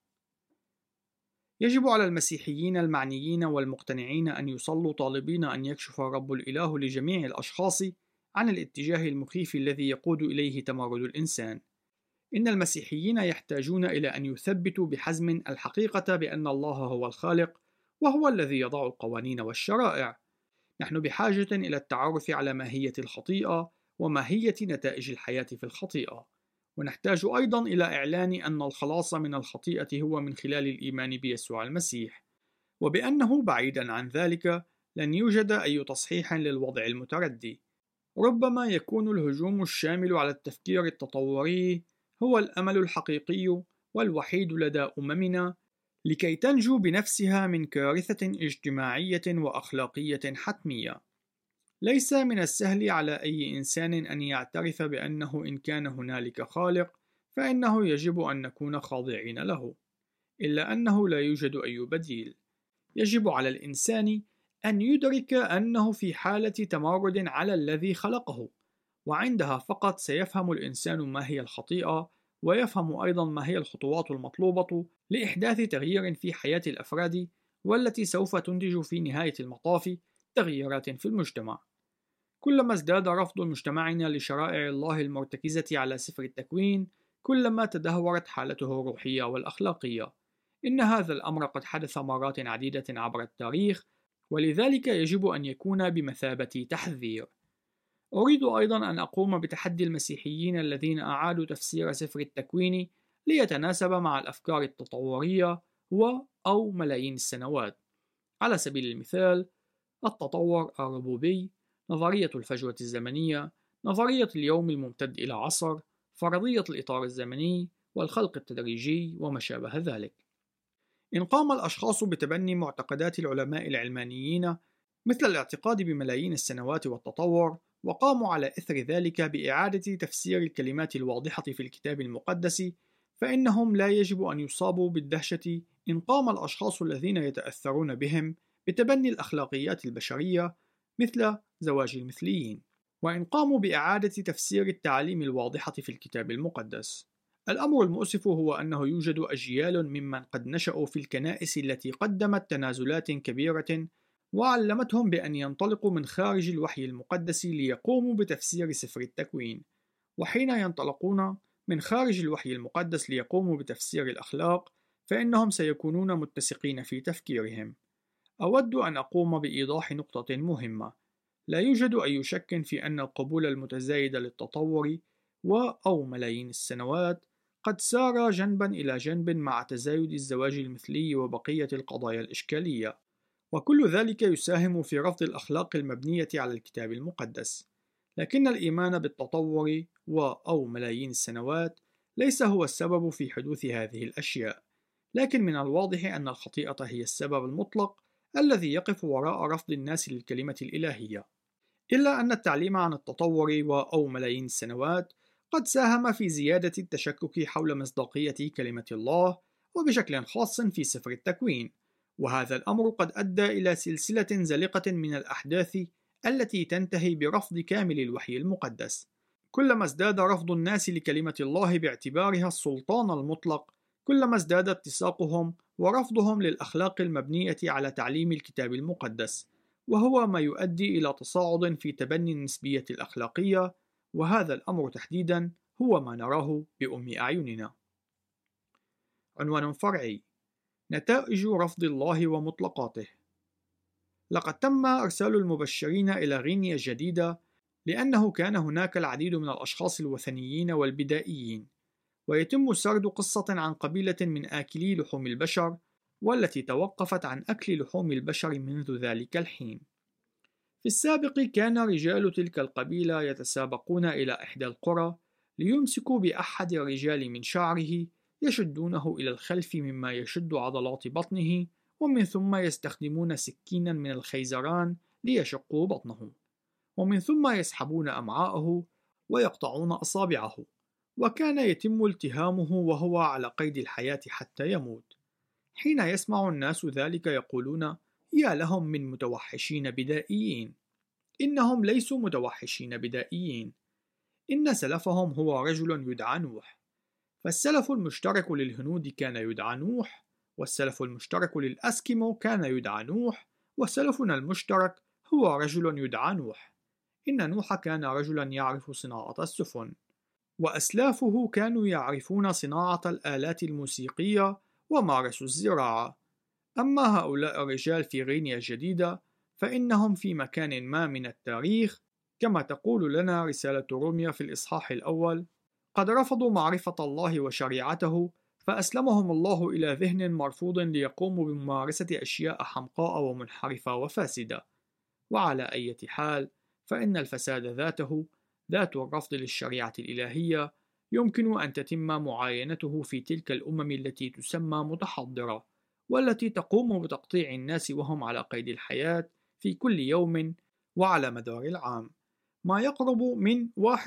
يجب على المسيحيين المعنيين والمقتنعين أن يصلوا طالبين أن يكشف الرب الإله لجميع الأشخاص عن الاتجاه المخيف الذي يقود إليه تمرد الإنسان. إن المسيحيين يحتاجون إلى أن يثبتوا بحزم الحقيقة بأن الله هو الخالق وهو الذي يضع القوانين والشرائع. نحن بحاجة إلى التعرف على ماهية الخطيئة وماهية نتائج الحياة في الخطيئة، ونحتاج أيضا إلى إعلان أن الخلاص من الخطيئة هو من خلال الإيمان بيسوع المسيح، وبأنه بعيدا عن ذلك لن يوجد أي تصحيح للوضع المتردي. ربما يكون الهجوم الشامل على التفكير التطوري هو الأمل الحقيقي والوحيد لدى أممنا لكي تنجو بنفسها من كارثة اجتماعية وأخلاقية حتمية. ليس من السهل على أي إنسان أن يعترف بأنه إن كان هنالك خالق فإنه يجب أن نكون خاضعين له، إلا أنه لا يوجد أي بديل. يجب على الإنسان أن يدرك أنه في حالة تمرد على الذي خلقه، وعندها فقط سيفهم الإنسان ما هي الخطيئة، ويفهم أيضا ما هي الخطوات المطلوبة لإحداث تغيير في حياة الأفراد، والتي سوف تنتج في نهاية المطاف تغييرات في المجتمع. كلما ازداد رفض مجتمعنا لشرائع الله المرتكزة على سفر التكوين، كلما تدهورت حالته الروحية والأخلاقية. إن هذا الأمر قد حدث مرات عديدة عبر التاريخ، ولذلك يجب أن يكون بمثابة تحذير. أريد أيضا أن أقوم بتحدي المسيحيين الذين أعادوا تفسير سفر التكوين ليتناسب مع الأفكار التطورية أو ملايين السنوات. على سبيل المثال، التطور الربوبي، نظرية الفجوة الزمنية، نظرية اليوم الممتد إلى عصر، فرضية الإطار الزمني، والخلق التدريجي وما شابه ذلك. إن قام الأشخاص بتبني معتقدات العلماء العلمانيين مثل الاعتقاد بملايين السنوات والتطور، وقاموا على إثر ذلك بإعادة تفسير الكلمات الواضحة في الكتاب المقدس، فإنهم لا يجب أن يصابوا بالدهشة إن قام الأشخاص الذين يتأثرون بهم بتبني الأخلاقيات البشرية مثل زواج المثليين، وإن قاموا بإعادة تفسير التعاليم الواضحة في الكتاب المقدس. الأمر المؤسف هو أنه يوجد أجيال ممن قد نشأوا في الكنائس التي قدمت تنازلات كبيرة وعلمتهم بأن ينطلقوا من خارج الوحي المقدس ليقوموا بتفسير سفر التكوين، وحين ينطلقون من خارج الوحي المقدس ليقوموا بتفسير الأخلاق فإنهم سيكونون متسقين في تفكيرهم. أود أن أقوم بإيضاح نقطة مهمة. لا يوجد أي شك في أن القبول المتزايد للتطور أو ملايين السنوات قد سار جنبا إلى جنب مع تزايد الزواج المثلي وبقية القضايا الإشكالية، وكل ذلك يساهم في رفض الأخلاق المبنية على الكتاب المقدس. لكن الإيمان بالتطور أو ملايين السنوات ليس هو السبب في حدوث هذه الأشياء، لكن من الواضح أن الخطيئة هي السبب المطلق الذي يقف وراء رفض الناس للكلمة الإلهية. إلا أن التعليم عن التطور أو ملايين السنوات قد ساهم في زيادة التشكك حول مصداقية كلمة الله، وبشكل خاص في سفر التكوين، وهذا الأمر قد أدى إلى سلسلة زلقة من الأحداث التي تنتهي برفض كامل الوحي المقدس. كلما ازداد رفض الناس لكلمة الله باعتبارها السلطان المطلق، كلما ازداد اتساقهم ورفضهم للأخلاق المبنية على تعليم الكتاب المقدس، وهو ما يؤدي إلى تصاعد في تبني النسبية الأخلاقية، وهذا الأمر تحديدا هو ما نراه بأم أعيننا. عنوان فرعي: نتائج رفض الله ومطلقاته. لقد تم إرسال المبشرين إلى غينيا الجديدة لأنه كان هناك العديد من الأشخاص الوثنيين والبدائيين، ويتم سرد قصة عن قبيلة من آكلي لحوم البشر والتي توقفت عن أكل لحوم البشر منذ ذلك الحين. في السابق كان رجال تلك القبيلة يتسابقون إلى إحدى القرى ليمسكوا بأحد الرجال من شعره يشدونه إلى الخلف مما يشد عضلات بطنه، ومن ثم يستخدمون سكينا من الخيزران ليشقوا بطنه، ومن ثم يسحبون أمعاءه ويقطعون أصابعه، وكان يتم التهامه وهو على قيد الحياة حتى يموت. حين يسمع الناس ذلك يقولون: يا لهم من متوحشين بدائيين. إنهم ليسوا متوحشين بدائيين، إن سلفهم هو رجل يدعى نوح. فالسلف المشترك للهنود كان يدعى نوح، والسلف المشترك للأسكيمو كان يدعى نوح، وسلفنا المشترك هو رجل يدعى نوح. إن نوح كان رجلا يعرف صناعة السفن، وأسلافه كانوا يعرفون صناعة الآلات الموسيقية ومارسوا الزراعة. أما هؤلاء الرجال في غينيا الجديدة فإنهم في مكان ما من التاريخ، كما تقول لنا رسالة روميا في الإصحاح الأول، قد رفضوا معرفة الله وشريعته فأسلمهم الله إلى ذهن مرفوض ليقوموا بممارسة أشياء حمقاء ومنحرفة وفاسدة. وعلى أي حال فإن الفساد ذاته، ذات الرفض للشريعة الإلهية، يمكن أن تتم معاينته في تلك الأمم التي تسمى متحضرة، والتي تقوم بتقطيع الناس وهم على قيد الحياة في كل يوم وعلى مدار العام، ما يقرب من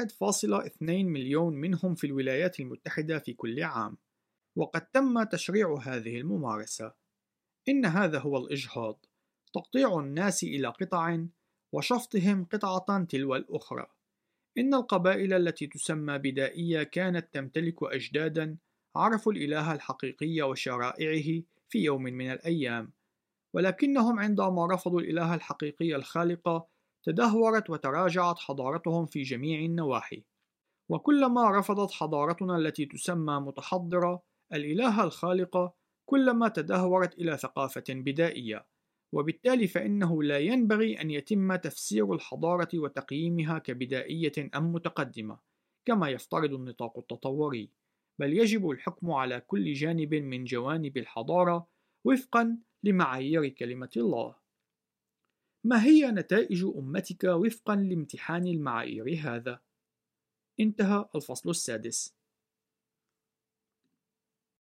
1.2 مليون منهم في الولايات المتحدة في كل عام، وقد تم تشريع هذه الممارسة. إن هذا هو الإجهاض، تقطيع الناس إلى قطع وشفطهم قطعة تلو الأخرى. إن القبائل التي تسمى بدائية كانت تمتلك أجدادا عرفوا الإله الحقيقي وشرائعه في يوم من الأيام، ولكنهم عندما رفضوا الإله الحقيقي الخالق تدهورت وتراجعت حضارتهم في جميع النواحي. وكلما رفضت حضارتنا التي تسمى متحضرة الإله الخالق، كلما تدهورت إلى ثقافة بدائية، وبالتالي فإنه لا ينبغي أن يتم تفسير الحضارة وتقييمها كبدائية أم متقدمة كما يفترض النطاق التطوري، بل يجب الحكم على كل جانب من جوانب الحضارة وفقا لمعايير كلمة الله. ما هي نتائج أمتك وفقا لامتحان المعايير هذا؟ انتهى الفصل السادس.